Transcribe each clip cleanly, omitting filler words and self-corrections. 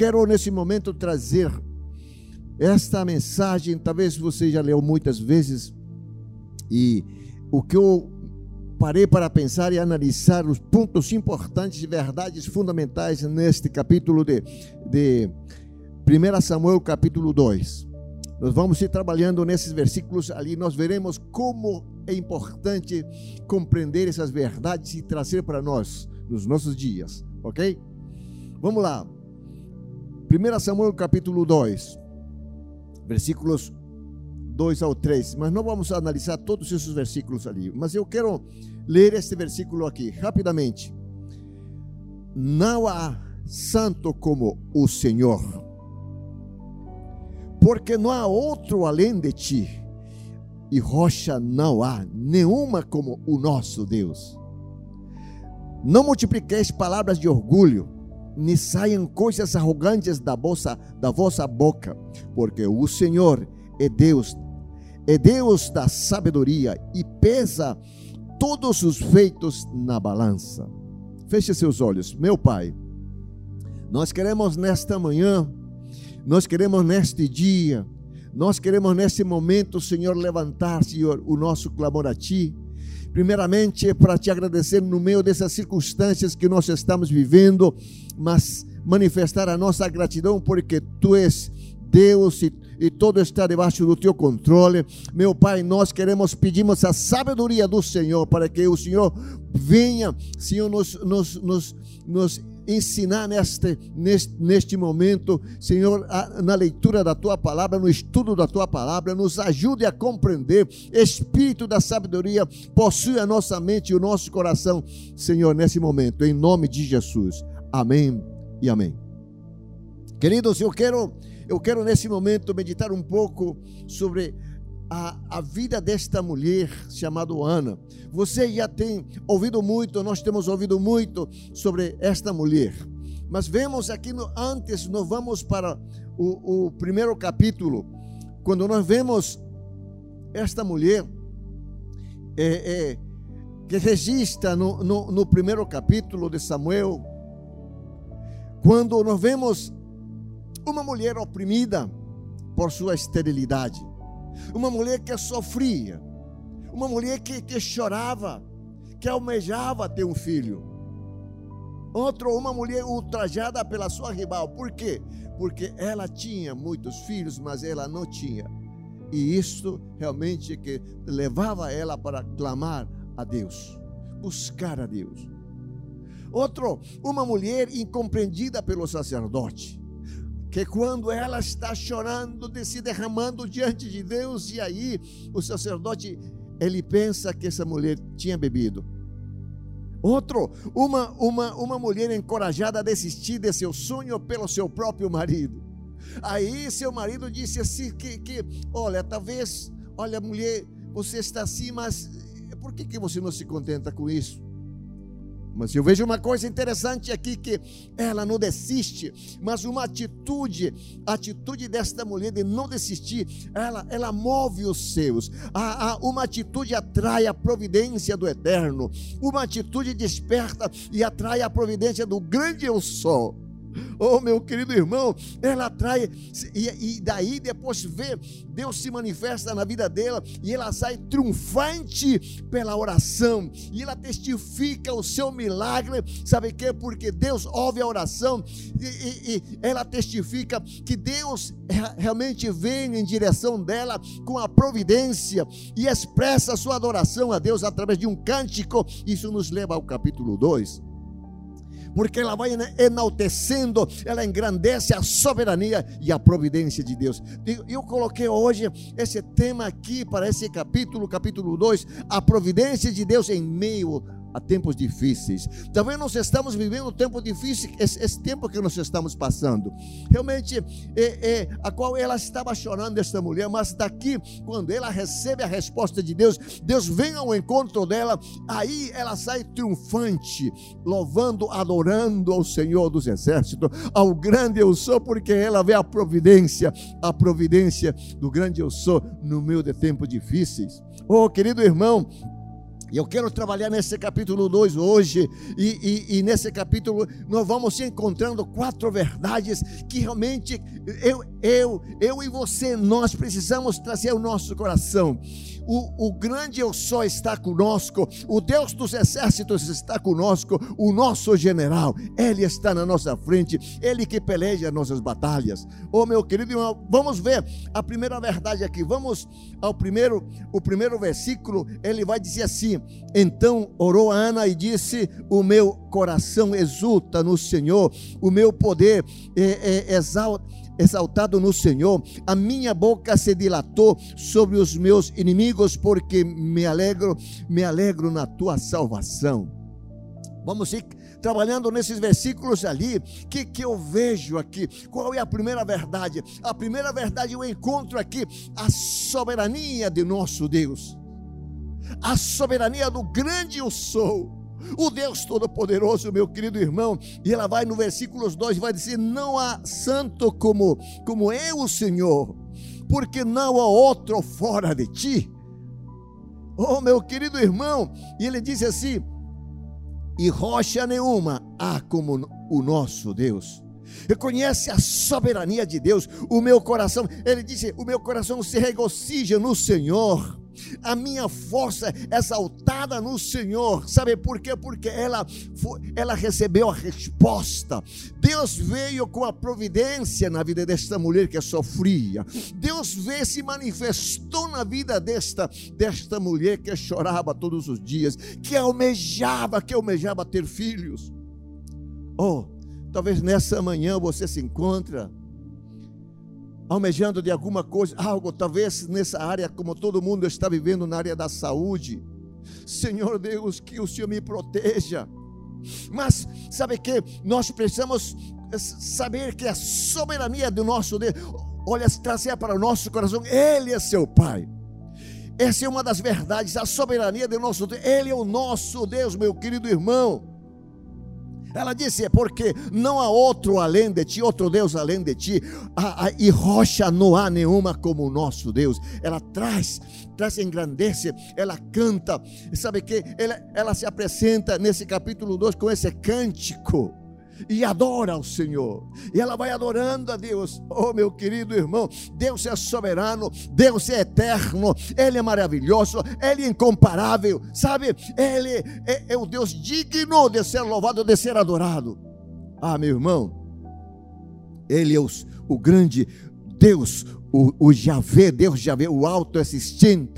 quero nesse momento trazer esta mensagem. Talvez você já leu muitas vezes, e o que eu parei para pensar e analisar os pontos importantes e verdades fundamentais neste capítulo de 1 Samuel capítulo 2. Nós vamos ir trabalhando nesses versículos ali, nós veremos como é importante compreender essas verdades e trazer para nós, nos nossos dias, ok? Vamos lá, 1 Samuel capítulo 2, versículos 2 ao 3, mas não vamos analisar todos esses versículos ali, mas eu quero ler este versículo aqui, rapidamente. Não há santo como o Senhor, porque não há outro além de ti, e rocha não há nenhuma como o nosso Deus. Não multipliqueis palavras de orgulho, nem saiam coisas arrogantes da vossa boca, porque o Senhor é Deus da sabedoria, e pesa todos os feitos na balança. Feche seus olhos. Meu Pai, nós queremos nesta manhã, nós queremos neste dia, nós queremos nesse momento, Senhor, levantar, Senhor, o nosso clamor a Ti. Primeiramente, para Te agradecer no meio dessas circunstâncias que nós estamos vivendo, mas manifestar a nossa gratidão, porque Tu és Deus e todo está debaixo do Teu controle. Meu Pai, nós pedimos a sabedoria do Senhor, para que o Senhor venha, Senhor, nos ensinar neste momento, Senhor, na leitura da Tua Palavra, no estudo da Tua Palavra. Nos ajude a compreender. Espírito da sabedoria, possui a nossa mente e o nosso coração, Senhor, nesse momento, em nome de Jesus. Amém e amém. Queridos, eu quero nesse momento meditar um pouco sobre a vida desta mulher chamada Ana. Você já tem ouvido muito, nós temos ouvido muito sobre esta mulher, mas vemos aqui antes, nós vamos para o primeiro capítulo, quando nós vemos esta mulher que registra no primeiro capítulo de Samuel, quando nós vemos uma mulher oprimida por sua esterilidade, uma mulher que sofria, uma mulher que chorava, que almejava ter um filho. Uma mulher ultrajada pela sua rival. Por quê? Porque ela tinha muitos filhos, mas ela não tinha. E isso realmente que levava ela para clamar a Deus, buscar a Deus. Uma mulher incompreendida pelo sacerdote, que quando ela está chorando, se derramando diante de Deus, e aí o sacerdote, ele pensa que essa mulher tinha bebido. Uma mulher encorajada a desistir de seu sonho pelo seu próprio marido. Aí seu marido disse assim, olha, talvez, olha mulher, você está assim, mas por que você não se contenta com isso? Mas eu vejo uma coisa interessante aqui, que ela não desiste, mas a atitude desta mulher de não desistir, ela move os seus. Uma atitude atrai a providência do Eterno, uma atitude desperta e atrai a providência do grande eu sou. Oh, meu querido irmão, ela atrai, e daí depois Deus se manifesta na vida dela, e ela sai triunfante pela oração, e ela testifica o seu milagre. Sabe o que? Porque Deus ouve a oração, e ela testifica que Deus realmente vem em direção dela com a providência, e expressa a sua adoração a Deus através de um cântico. Isso nos leva ao capítulo 2. Porque ela vai enaltecendo, ela engrandece a soberania e a providência de Deus. Eu coloquei hoje esse tema aqui para esse capítulo 2, a providência de Deus em meio a tempos difíceis. Talvez nós estamos vivendo um tempo difícil, esse tempo que nós estamos passando, realmente a qual ela estava chorando, esta mulher, mas daqui, quando ela recebe a resposta de Deus, Deus vem ao encontro dela, aí ela sai triunfante, louvando, adorando ao Senhor dos Exércitos, ao grande eu sou, porque ela vê a providência do grande eu sou no meio de tempos difíceis. Oh, querido irmão, E eu quero trabalhar nesse capítulo 2 hoje, e nesse capítulo nós vamos encontrando 4 verdades que realmente eu e você, nós precisamos trazer ao nosso coração. O grande eu sou está conosco, o Deus dos exércitos está conosco, o nosso general, Ele está na nossa frente, Ele que peleja as nossas batalhas. Oh, meu querido irmão, vamos ver a primeira verdade aqui. Vamos ao primeiro versículo. Ele vai dizer assim: então orou Ana e disse: o meu coração exulta no Senhor, o meu poder exaltado no Senhor, a minha boca se dilatou sobre os meus inimigos, porque me alegro na tua salvação. Vamos ir trabalhando nesses versículos ali, que eu vejo aqui. Qual é a primeira verdade? A primeira verdade eu encontro aqui: a soberania de nosso Deus, a soberania do grande eu sou, o Deus Todo-Poderoso, meu querido irmão. E ela vai no versículo 2, vai dizer: não há santo como eu, Senhor, porque não há outro fora de ti. Oh, meu querido irmão, e ele diz assim: e rocha nenhuma há como o nosso Deus. Reconhece a soberania de Deus. O meu coração, ele disse, o meu coração se regozija no Senhor, a minha força é exaltada no Senhor. Sabe por quê? Porque ela recebeu a resposta. Deus veio com a providência na vida desta mulher que sofria. Deus veio, se manifestou na vida desta mulher que chorava todos os dias, que almejava ter filhos. Oh, talvez nessa manhã você se encontra almejando de alguma coisa, algo, talvez nessa área, como todo mundo está vivendo na área da saúde. Senhor Deus, que o Senhor me proteja. Mas sabe que nós precisamos saber que a soberania do nosso Deus, olha, trazer para o nosso coração: Ele é seu Pai. Essa é uma das verdades, a soberania do nosso Deus. Ele é o nosso Deus, meu querido irmão. Ela disse: porque não há outro além de ti, outro Deus além de ti, e rocha não há nenhuma como o nosso Deus. Ela traz, engrandece, ela canta. E sabe que ela se apresenta nesse capítulo 2 com esse cântico e adora ao Senhor, e ela vai adorando a Deus. Oh, meu querido irmão, Deus é soberano, Deus é eterno, Ele é maravilhoso, Ele é incomparável, sabe? Ele é o Deus digno de ser louvado, de ser adorado. Ah, meu irmão, Ele é o grande Deus, o Javé, Deus Javé, o autoexistente,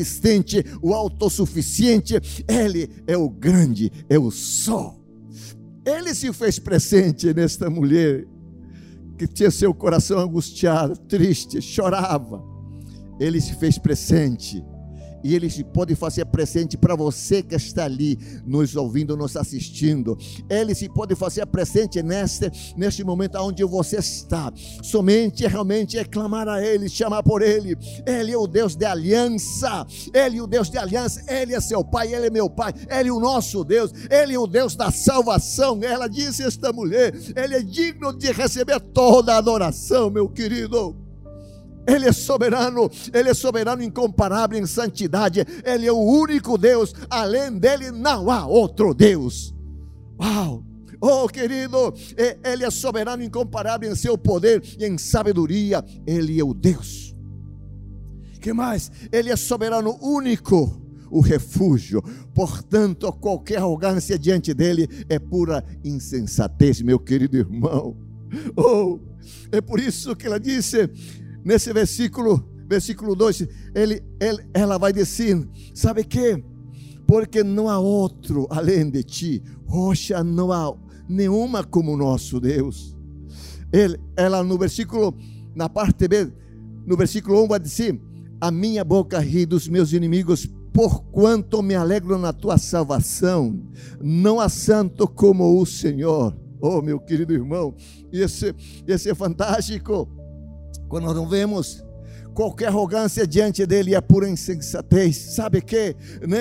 o autossuficiente. Ele é o grande, é o só. Ele se fez presente nesta mulher que tinha seu coração angustiado, triste, chorava. Ele se fez presente, e Ele se pode fazer presente para você que está ali nos ouvindo, nos assistindo. Ele se pode fazer presente neste momento onde você está. Somente realmente é clamar a Ele, chamar por Ele. Ele é o Deus de aliança, Ele é o Deus de aliança, Ele é seu Pai, Ele é meu Pai, Ele é o nosso Deus, Ele é o Deus da salvação. Ela disse, esta mulher: Ele é digno de receber toda a adoração, meu querido. Ele é soberano, incomparável em santidade. Ele é o único Deus, além dele não há outro Deus. Uau! Oh, querido, Ele é soberano, incomparável em seu poder e em sabedoria. Ele é o Deus. Que mais? Ele é soberano, único, o refúgio. Portanto, qualquer arrogância diante dele é pura insensatez, meu querido irmão. Oh, é por isso que ela disse nesse versículo 2, ela vai dizer: sabe que? Porque não há outro além de ti, rocha não há nenhuma como o nosso Deus. Ela na parte B, no versículo 1 vai dizer: a minha boca ri dos meus inimigos, porquanto me alegro na tua salvação. Não há santo como o Senhor. Oh, meu querido irmão, esse é fantástico. Quando nós não vemos qualquer arrogância diante dele, é pura insensatez. Sabe que, né?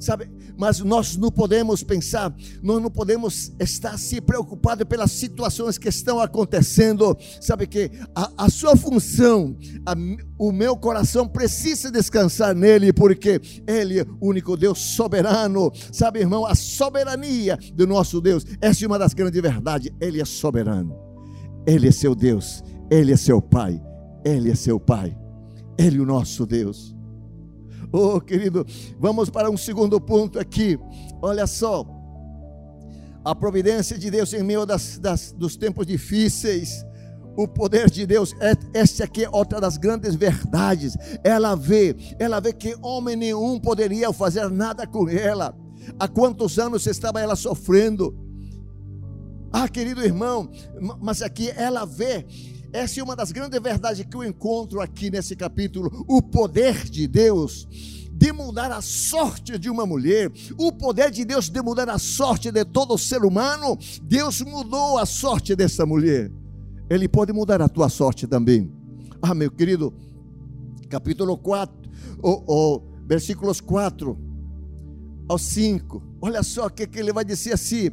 sabe, mas nós não podemos pensar, nós não podemos estar se preocupados pelas situações que estão acontecendo, sabe que a sua função, o meu coração precisa descansar nele, porque ele é o único Deus soberano, sabe, irmão, a soberania do nosso Deus, essa é uma das grandes verdades, ele é soberano, ele é seu Deus, ele é seu Pai, ele é seu Pai, ele é o nosso Deus. Oh, querido, vamos para um segundo ponto aqui. Olha só, a providência de Deus em meio dos tempos difíceis. O poder de Deus, esta aqui é outra das grandes verdades. Ela vê que homem nenhum poderia fazer nada com ela. Há quantos anos estava ela sofrendo? Ah, querido irmão, mas aqui ela vê. Essa é uma das grandes verdades que eu encontro aqui nesse capítulo. O poder de Deus de mudar a sorte de uma mulher. O poder de Deus de mudar a sorte de todo ser humano. Deus mudou a sorte dessa mulher. Ele pode mudar a tua sorte também. Ah, meu querido, capítulo 4, versículos 4 ao 5. Olha só o que ele vai dizer assim.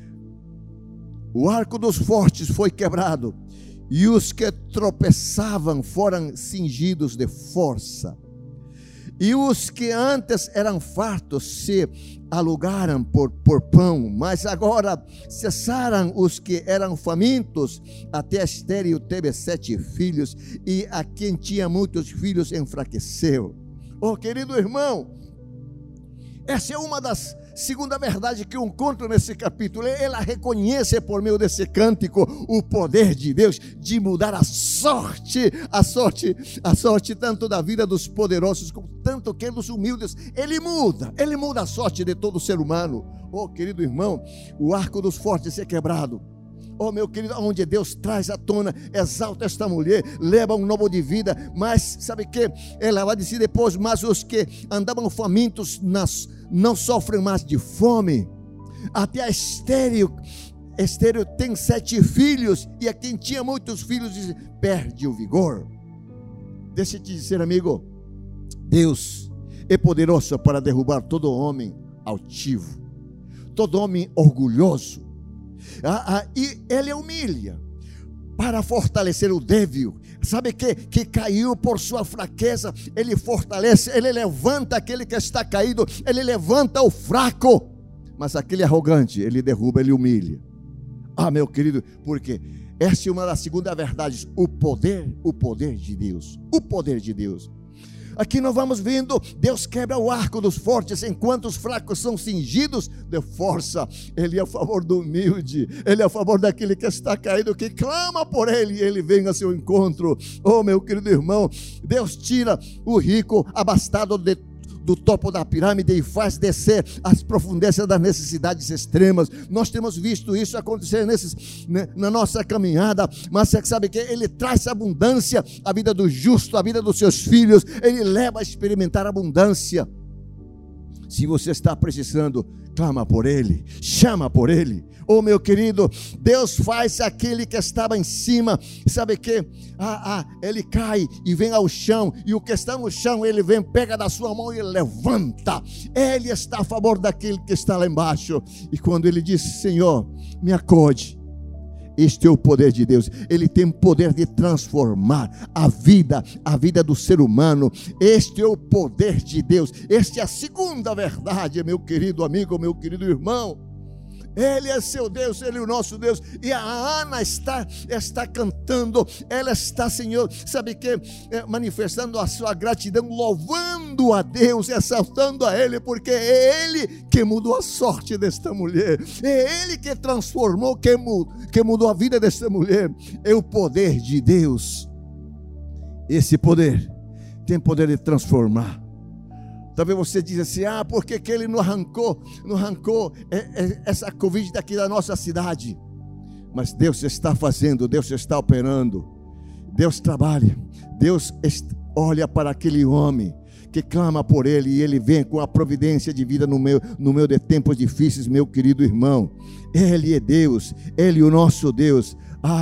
O arco dos fortes foi quebrado, e os que tropeçavam foram cingidos de força, e os que antes eram fartos se alugaram por pão, mas agora cessaram os que eram famintos. Até estéril teve 7 filhos, e a quem tinha muitos filhos enfraqueceu. Oh, querido irmão, essa é uma das segunda verdade que eu encontro nesse capítulo. Ela reconhece por meio desse cântico o poder de Deus de mudar a sorte tanto da vida dos poderosos como tanto que dos humildes. Ele muda a sorte de todo ser humano. Oh, querido irmão, o arco dos fortes é quebrado. Oh, meu querido, onde Deus traz à tona, exalta esta mulher, leva um novo de vida. Mas sabe o que? Ela vai dizer depois, mas os que andavam famintos não sofrem mais de fome. Até a estéril tem 7 filhos, e a quem tinha muitos filhos perde o vigor. Deixa eu te dizer, amigo, Deus é poderoso para derrubar todo homem altivo, todo homem orgulhoso. E ele humilha para fortalecer o débil. Sabe que caiu por sua fraqueza, ele fortalece, ele levanta aquele que está caído, ele levanta o fraco, mas aquele arrogante, ele derruba, ele humilha. Ah, meu querido, porque essa é uma das segundas verdades, o poder de Deus, o poder de Deus. Aqui nós vamos vendo, Deus quebra o arco dos fortes, enquanto os fracos são cingidos de força. Ele é a favor do humilde, ele é a favor daquele que está caído, que clama por ele, e ele vem a seu encontro. Oh, meu querido irmão, Deus tira o rico abastado do topo da pirâmide e faz descer as profundezas das necessidades extremas. Nós temos visto isso acontecer na nossa caminhada, mas você sabe que ele traz abundância à vida do justo, à vida dos seus filhos, ele leva a experimentar abundância. Se você está precisando, clama por ele, chama por ele. Oh, meu querido, Deus faz aquele que estava em cima, sabe que ele cai e vem ao chão, e o que está no chão, ele vem, pega da sua mão e levanta. Ele está a favor daquele que está lá embaixo. E quando ele diz, Senhor, me acode, este é o poder de Deus. Ele tem poder de transformar a vida do ser humano. Este é o poder de Deus. Esta é a segunda verdade, meu querido amigo, meu querido irmão. Ele é seu Deus, ele é o nosso Deus. E a Ana está cantando, ela está, Senhor, sabe que manifestando a sua gratidão, louvando a Deus, exaltando a Ele, porque é Ele que mudou a sorte desta mulher, é Ele que transformou, que mudou a vida desta mulher. É o poder de Deus. Esse poder tem poder de transformar. Talvez você diz assim, por que ele não arrancou essa Covid daqui da nossa cidade? Mas Deus está fazendo, Deus está operando, Deus trabalha, Deus olha para aquele homem que clama por ele, e ele vem com a providência de vida no meio de tempos difíceis, meu querido irmão. Ele é Deus, ele é o nosso Deus.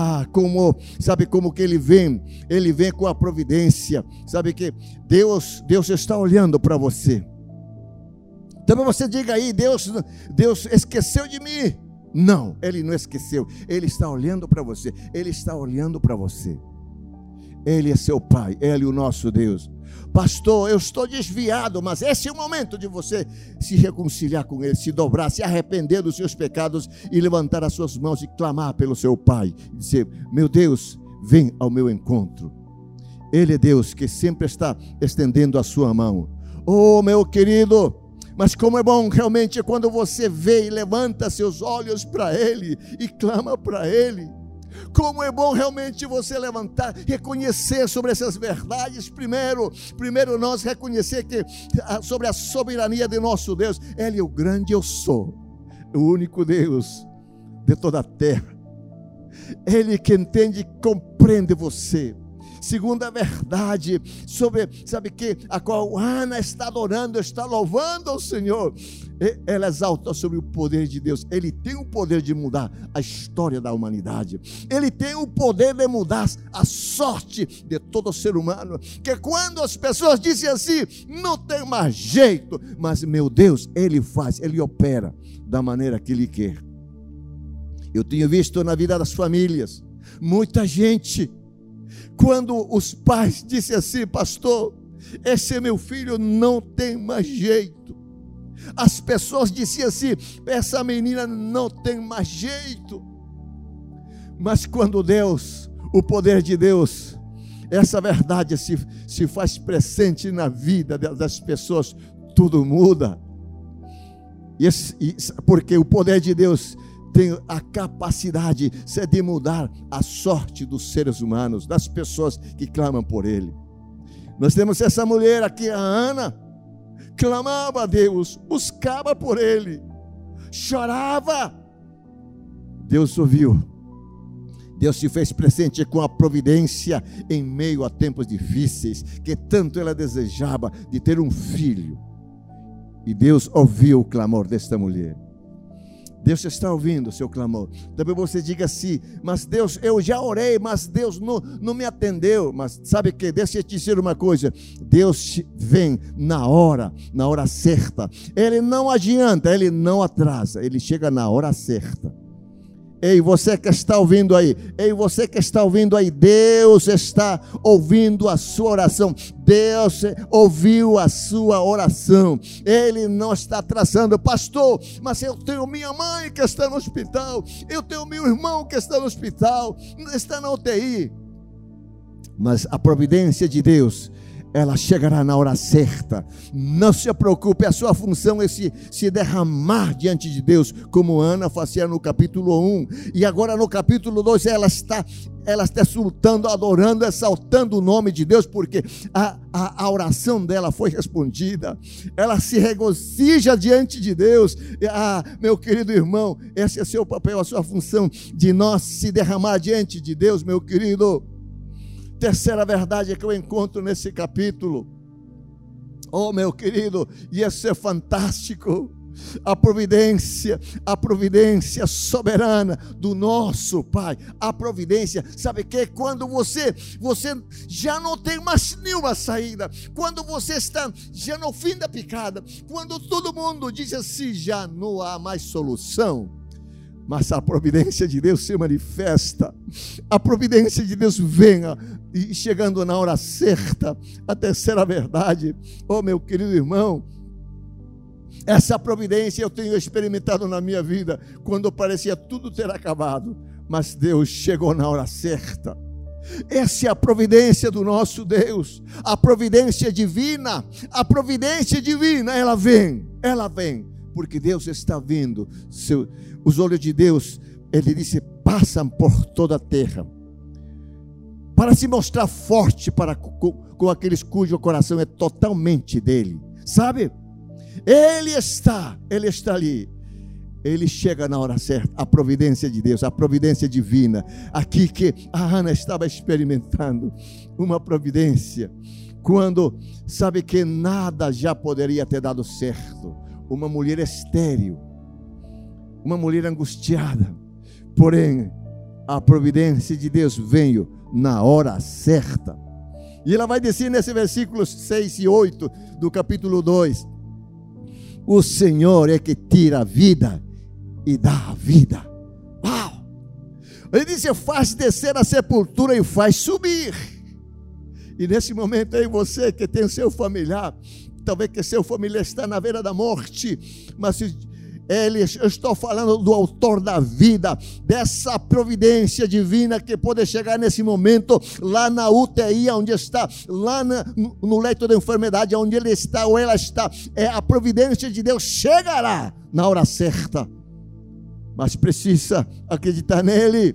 Sabe como que ele vem com a providência. Sabe que Deus está olhando para você. Também você diga aí: Deus esqueceu de mim. Não, Ele não esqueceu. Ele está olhando para você. Ele está olhando para você. Ele é seu Pai, Ele é o nosso Deus. Pastor, eu estou desviado, mas esse é o momento de você se reconciliar com Ele, se dobrar, se arrepender dos seus pecados e levantar as suas mãos e clamar pelo seu Pai. E dizer: meu Deus, vem ao meu encontro. Ele é Deus que sempre está estendendo a sua mão. Oh, meu querido, mas como é bom realmente quando você vê e levanta seus olhos para Ele e clama para Ele. Como é bom realmente você levantar, reconhecer sobre essas verdades. Primeiro nós reconhecer que sobre a soberania de nosso Deus. Ele é o grande eu sou, o único Deus de toda a terra. Ele que entende e compreende você. Segunda verdade, sabe que a qual Ana está adorando, está louvando ao Senhor. Ela exalta sobre o poder de Deus. Ele tem o poder de mudar a história da humanidade. Ele tem o poder de mudar a sorte de todo ser humano. Que quando as pessoas dizem assim, não tem mais jeito, mas meu Deus, Ele faz, Ele opera da maneira que Ele quer. Eu tenho visto na vida das famílias, muita gente, quando os pais dizem assim: pastor, esse é meu filho, não tem mais jeito. As pessoas diziam assim: essa menina não tem mais jeito. Mas quando Deus, o poder de Deus, essa verdade se faz presente na vida das pessoas, tudo muda. Porque o poder de Deus tem a capacidade de mudar a sorte dos seres humanos, das pessoas que clamam por Ele. Nós temos essa mulher aqui, a Ana, clamava a Deus, buscava por Ele, chorava. Deus ouviu. Deus se fez presente com a providência em meio a tempos difíceis, que tanto ela desejava de ter um filho. E Deus ouviu o clamor desta mulher. Deus está ouvindo o seu clamor. Também você diga assim: mas Deus, eu já orei, mas Deus não me atendeu. Mas sabe que? Deixa eu te dizer uma coisa: Deus vem na hora certa. Ele não adianta, Ele não atrasa, Ele chega na hora certa. Ei, você que está ouvindo aí, Deus está ouvindo a sua oração. Deus ouviu a sua oração. Ele não está atrasando. Pastor, mas eu tenho minha mãe que está no hospital, eu tenho meu irmão que está no hospital, está na UTI. Mas a providência de Deus, ela chegará na hora certa. Não se preocupe, a sua função é se derramar diante de Deus, como Ana fazia no capítulo 1. E agora no capítulo 2 ela está exultando, adorando, exaltando o nome de Deus, porque a oração dela foi respondida. Ela se regozija diante de Deus. Meu querido irmão, esse é seu papel, a sua função, de nós se derramar diante de Deus, meu querido. Terceira verdade que eu encontro nesse capítulo, oh meu querido, e isso é fantástico, a providência soberana do nosso Pai. A providência, sabe que? Quando você já não tem mais nenhuma saída, quando você está já no fim da picada, quando todo mundo diz assim, já não há mais solução, mas a providência de Deus se manifesta. A providência de Deus vem e chegando na hora certa. A terceira verdade, oh meu querido irmão, essa providência eu tenho experimentado na minha vida, quando parecia tudo ter acabado, mas Deus chegou na hora certa. Essa é a providência do nosso Deus, a providência divina. A providência divina, ela vem, porque Deus está vindo. Os olhos de Deus, Ele disse, passam por toda a terra, para se mostrar forte com aqueles cujo coração é totalmente dele, sabe? Ele está ali. Ele chega na hora certa. A providência de Deus, a providência divina, aqui que a Ana estava experimentando uma providência, quando sabe que nada já poderia ter dado certo. Uma mulher estéril, uma mulher angustiada, porém a providência de Deus veio na hora certa. E ela vai dizer nesse versículos 6 e 8 do capítulo 2, O Senhor é que tira a vida e dá a vida. Uau! Ele disse: faz descer a sepultura e faz subir. E nesse momento aí, você que tem o seu familiar, talvez que seu familiar está na beira da morte, mas eu estou falando do autor da vida, dessa providência divina que pode chegar nesse momento, lá na UTI, onde está, lá no leito da enfermidade, onde ele está ou ela está. A providência de Deus chegará na hora certa, mas precisa acreditar nele.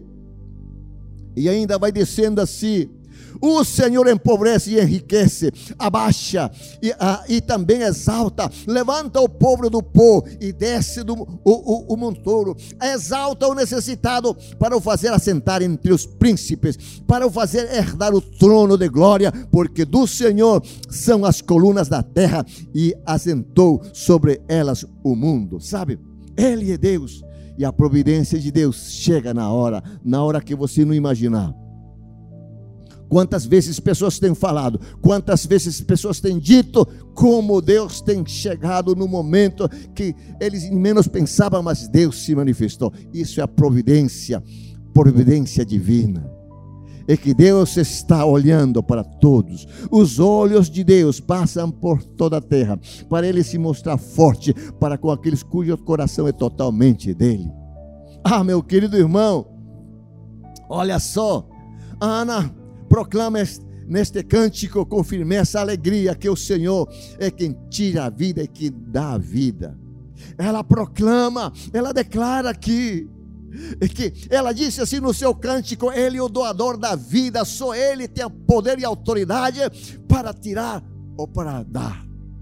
E ainda vai descendo assim: o Senhor empobrece e enriquece, abaixa e também exalta, levanta o pobre do pó e desce o montouro, exalta o necessitado para o fazer assentar entre os príncipes, para o fazer herdar o trono de glória, porque do Senhor são as colunas da terra e assentou sobre elas o mundo. Sabe, Ele é Deus, e a providência de Deus chega na hora que você não imaginar. Quantas vezes pessoas têm falado, quantas vezes pessoas têm dito como Deus tem chegado no momento que eles menos pensavam, mas Deus se manifestou. Isso é a providência divina. É que Deus está olhando para todos. Os olhos de Deus passam por toda a terra, para Ele se mostrar forte para com aqueles cujo coração é totalmente dele. Ah, meu querido irmão, olha só, Ana proclama neste cântico com firmeza, alegria, que o Senhor é quem tira a vida e que dá a vida. Ela proclama, ela declara que ela disse assim no seu cântico: Ele é o doador da vida, só Ele tem poder e autoridade para tirar ou para dar.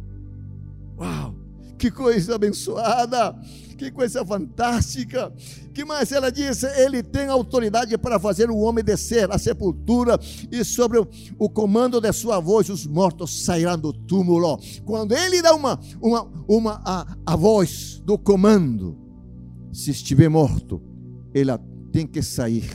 Uau, que coisa abençoada, que coisa fantástica. Que mais ela disse? Ele tem autoridade para fazer o homem descer à sepultura, e sobre o comando de sua voz os mortos sairão do túmulo. Quando ele dá a voz do comando, se estiver morto, ele tem que sair.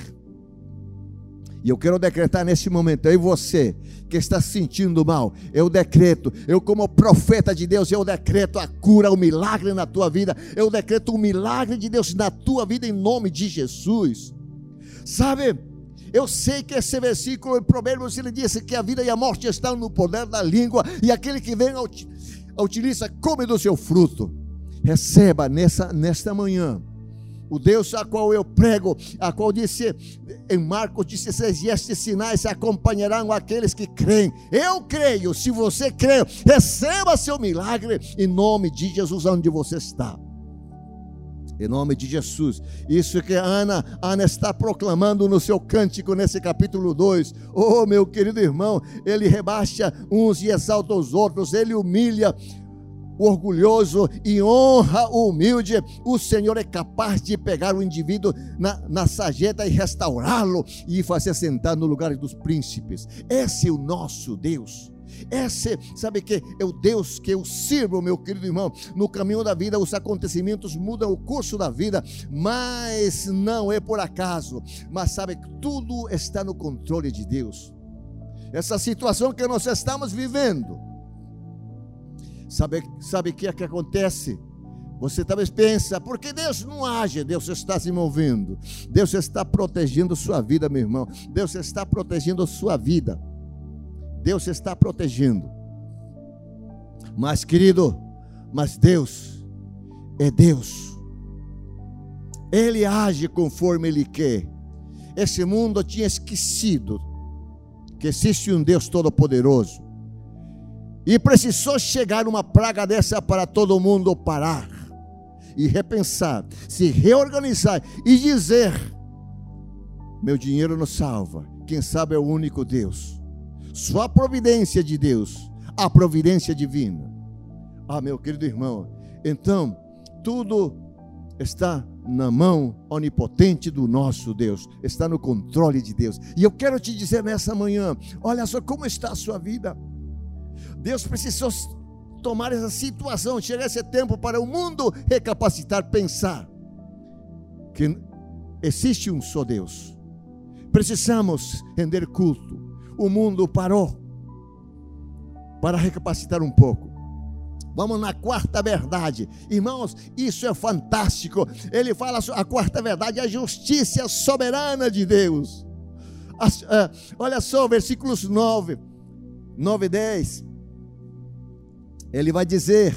E eu quero decretar nesse momento, aí você que está se sentindo mal, eu como profeta de Deus, eu decreto a cura, o milagre na tua vida. Eu decreto o milagre de Deus na tua vida em nome de Jesus. Sabe, eu sei que esse versículo em Provérbios, ele disse que a vida e a morte estão no poder da língua, e aquele que vem a utiliza, come do seu fruto. Receba nesta manhã o Deus a qual eu prego, a qual disse em Marcos 16: e estes sinais acompanharão aqueles que creem. Eu creio. Se você crê, receba seu milagre em nome de Jesus, onde você está, em nome de Jesus. Isso que Ana está proclamando no seu cântico nesse capítulo 2. Oh, meu querido irmão, ele rebaixa uns e exalta os outros, ele humilha o orgulhoso e honra o humilde. O Senhor é capaz de pegar o indivíduo na sarjeta e restaurá-lo e fazer sentar no lugar dos príncipes. Esse é o nosso Deus. Esse, sabe que é o Deus que eu sirvo, meu querido irmão. No caminho da vida, os acontecimentos mudam o curso da vida, mas não é por acaso. Mas sabe que tudo está no controle de Deus. Essa situação que nós estamos vivendo, sabe o que é que acontece? Você talvez pensa, porque Deus não age? Deus está se movendo. Deus está protegendo sua vida, meu irmão. Deus está protegendo sua vida. Deus está protegendo. Mas, querido, Deus é Deus. Ele age conforme Ele quer. Esse mundo tinha esquecido que existe um Deus todo-poderoso, e precisou chegar uma praga dessa para todo mundo parar e repensar, se reorganizar e dizer: meu dinheiro não salva, quem sabe é o único Deus. Só a providência de Deus, a providência divina. Ah, meu querido irmão, então tudo está na mão onipotente do nosso Deus, está no controle de Deus. E eu quero te dizer nessa manhã, olha só como está a sua vida. Deus precisou tomar essa situação, chegar esse tempo para o mundo recapacitar, pensar que existe um só Deus. Precisamos render culto. O mundo parou para recapacitar um pouco. Vamos na quarta verdade. Irmãos, isso é fantástico. Ele fala a quarta verdade, a justiça soberana de Deus. Olha só, versículos 9 e 10. Ele vai dizer: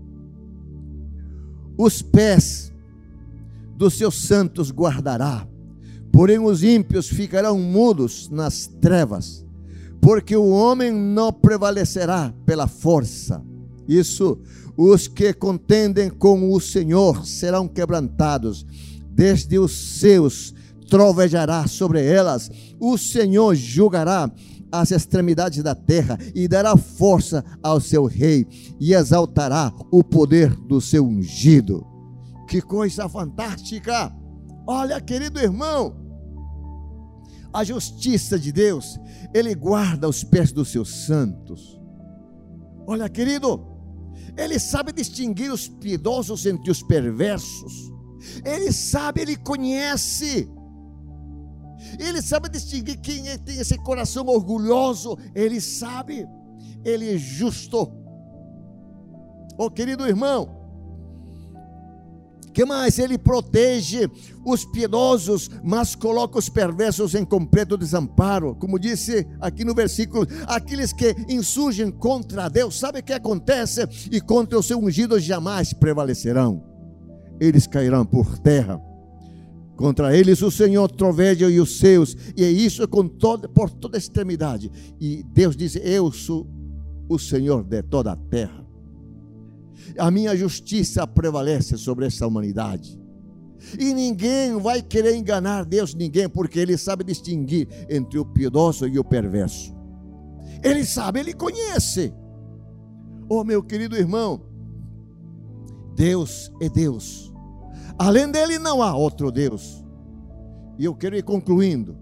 os pés dos seus santos guardará, porém os ímpios ficarão mudos nas trevas, porque o homem não prevalecerá pela força. Isso, os que contendem com o Senhor serão quebrantados, desde os seus trovejará sobre elas. O Senhor julgará as extremidades da terra e dará força ao seu rei e exaltará o poder do seu ungido. Que coisa fantástica! Olha, querido irmão, a justiça de Deus, Ele guarda os pés dos seus santos. Olha, querido, Ele sabe distinguir os piedosos entre os perversos. Ele sabe, Ele conhece. Ele sabe distinguir quem tem esse coração orgulhoso. Ele sabe. Ele é justo. Oh, querido irmão, que mais? Ele protege os piedosos, mas coloca os perversos em completo desamparo. Como disse aqui no versículo, aqueles que insurgem contra Deus, sabe o que acontece? E contra o seu ungido jamais prevalecerão. Eles cairão por terra. Contra eles o Senhor troveja e os seus, e é isso por toda a extremidade. E Deus diz: eu sou o Senhor de toda a terra. A minha justiça prevalece sobre essa humanidade. E ninguém vai querer enganar Deus, ninguém, porque Ele sabe distinguir entre o piedoso e o perverso. Ele sabe, Ele conhece. Oh, meu querido irmão, Deus é Deus. Além dele não há outro Deus. E eu quero ir concluindo.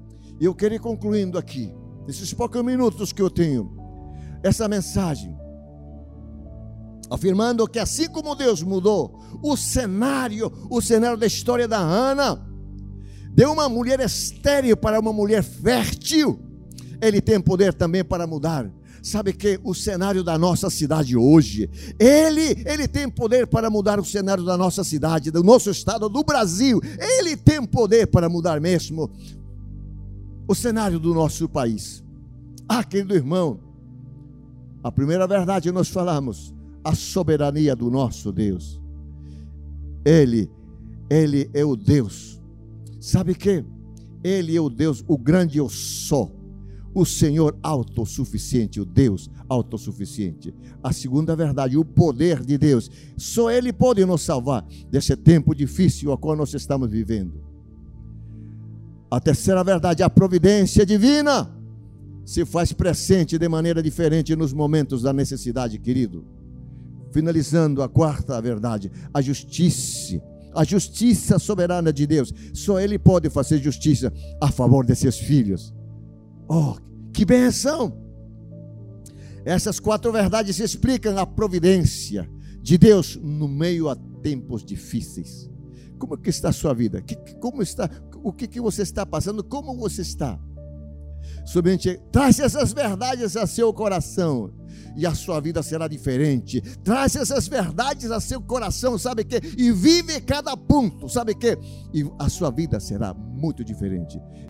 Aqui, nesses poucos minutos que eu tenho, essa mensagem, afirmando que assim como Deus mudou o cenário da história da Ana, de uma mulher estéril para uma mulher fértil, Ele tem poder também para mudar. Sabe que o cenário da nossa cidade hoje, Ele tem poder para mudar o cenário da nossa cidade, do nosso estado, do Brasil. Ele tem poder para mudar mesmo o cenário do nosso país. Querido irmão, a primeira verdade nós falamos, a soberania do nosso Deus. Ele é o Deus. Sabe que? Ele é o Deus, o grande eu sou. O Senhor autossuficiente, o Deus autossuficiente. A segunda verdade, o poder de Deus. Só Ele pode nos salvar desse tempo difícil a qual nós estamos vivendo. A terceira verdade, a providência divina se faz presente de maneira diferente nos momentos da necessidade, querido. Finalizando, a quarta verdade, a justiça soberana de Deus. Só Ele pode fazer justiça a favor de seus filhos. Oh, que bênção! Essas quatro verdades explicam a providência de Deus no meio a tempos difíceis. Como que está a sua vida? Como está? O que você está passando? Como você está? Somente traz essas verdades a seu coração e a sua vida será diferente. Traz essas verdades a seu coração, sabe que? E vive cada ponto, sabe que? E a sua vida será muito diferente.